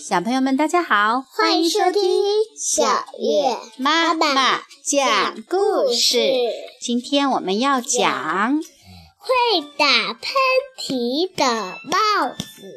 小朋友们，大家好， 欢迎收听小月妈妈讲故事。今天我们要讲会打喷嚏的帽子。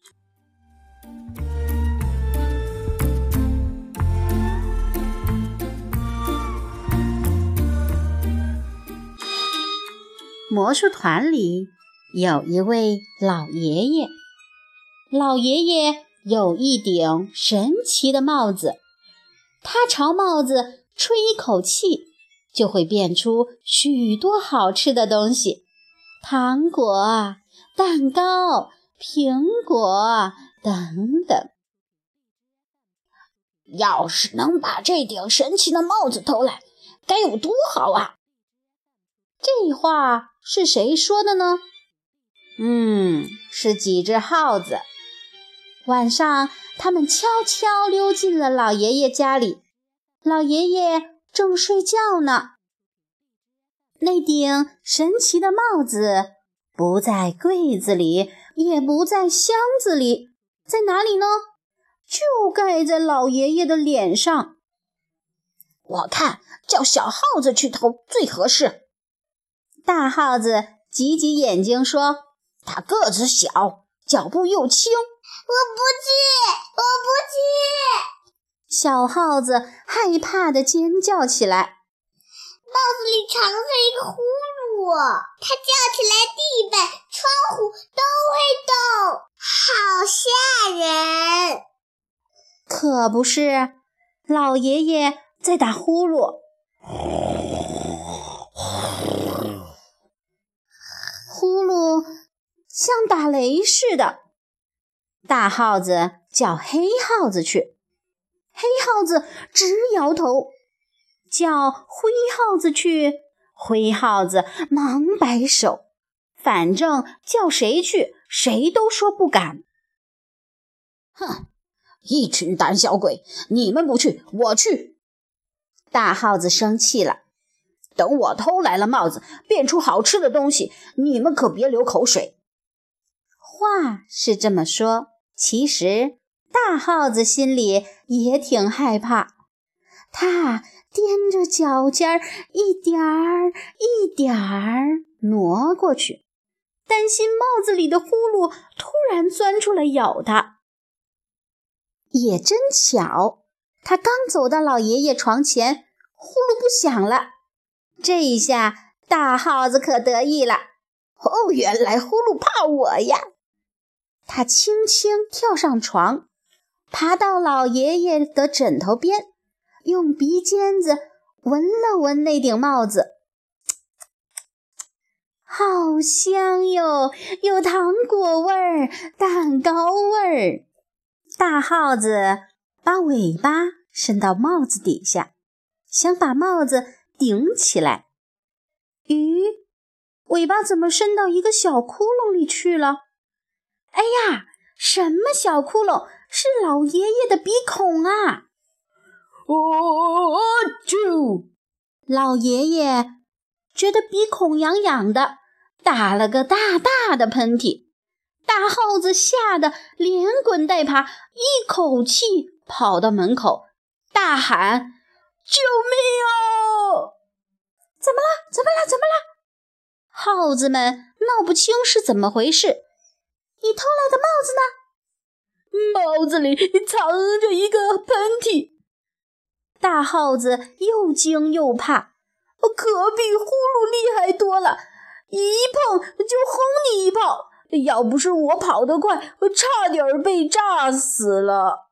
魔术团里有一位老爷爷，老爷爷有一顶神奇的帽子，他朝帽子吹一口气，就会变出许多好吃的东西，糖果、蛋糕、苹果等等。 要是能把这顶神奇的帽子偷来，该有多好啊！ 这话是谁说的呢？是几只耗子。晚上，他们悄悄溜进了老爷爷家里，老爷爷正睡觉呢。那顶神奇的帽子不在柜子里，也不在箱子里，在哪里呢？就盖在老爷爷的脸上。 我看叫小耗子去偷最合适。 大耗子挤挤眼睛说：“ 他个子小，脚步又轻。” 我不去！ 小耗子害怕地尖叫起来。 帽子里藏着一个呼噜，它叫起来地板、窗户都会动，好吓人。 可不是，老爷爷在打呼噜。呼噜像打雷似的。大耗子叫黑耗子去，黑耗子直摇头；叫灰耗子去，灰耗子忙摆手。反正叫谁去，谁都说不敢。 哼，一群胆小鬼，你们不去，我去。 大耗子生气了。 等我偷来了帽子，变出好吃的东西，你们可别流口水。 话是这么说，其实大耗子心里也挺害怕。他踮着脚尖一点儿一点儿挪过去，担心帽子里的呼噜突然钻出来咬他。也真巧，他刚走到老爷爷床前，呼噜不响了。这一下，大耗子可得意了。 哦，原来呼噜怕我呀！ 他轻轻跳上床，爬到老爷爷的枕头边，用鼻尖子闻了闻那顶帽子。好香哟，有糖果味儿、蛋糕味儿。大耗子把尾巴伸到帽子底下，想把帽子顶起来。咦，尾巴怎么伸到一个小窟窿里去了？哎呀，什么小窟窿？是老爷爷的鼻孔啊！ 啾！ 老爷爷觉得鼻孔痒痒的，打了个大大的喷嚏。大耗子吓得连滚带爬，一口气跑到门口，大喊：“救命哦！”怎么了？耗子们闹不清是怎么回事。你偷来的帽子呢？ 帽子里藏着一个喷嚏。 大耗子又惊又怕， 可比呼噜厉害多了，一碰就轰你一炮。要不是我跑得快，差点被炸死了。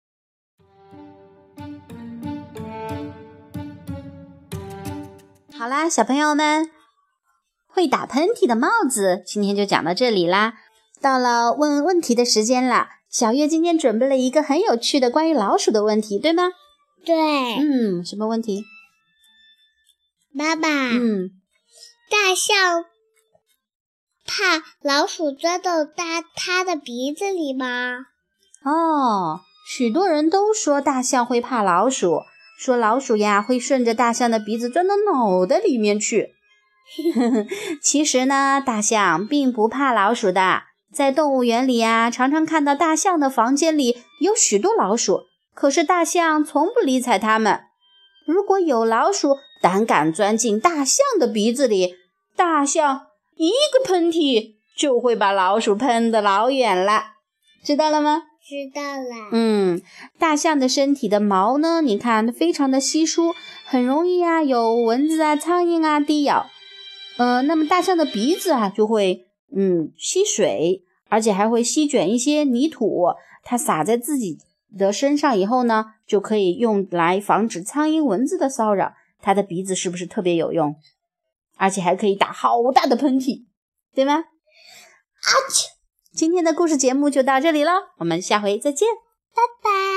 好啦，小朋友们，会打喷嚏的帽子今天就讲到这里啦。到了问问题的时间了，小月今天准备了一个很有趣的关于老鼠的问题，对吗？ 对。 什么问题？ 爸爸。大象怕老鼠钻到它的鼻子里吗？ 许多人都说大象会怕老鼠，说老鼠呀会顺着大象的鼻子钻到脑袋里面去。其实呢，大象并不怕老鼠的， 在动物园里常常看到大象的房间里有许多老鼠，可是大象从不理睬它们。如果有老鼠胆敢钻进大象的鼻子里，大象一个喷嚏就会把老鼠喷得老远了。知道了吗？ 知道了。 大象的身体的毛呢，你看非常的稀疏，很容易有蚊子苍蝇叮咬。那么大象的鼻子就会吸水，而且还会吸卷一些泥土，它撒在自己的身上以后呢，就可以用来防止苍蝇蚊子的骚扰。它的鼻子是不是特别有用？而且还可以打好大的喷嚏，对吗？今天的故事节目就到这里了，我们下回再见， 拜拜。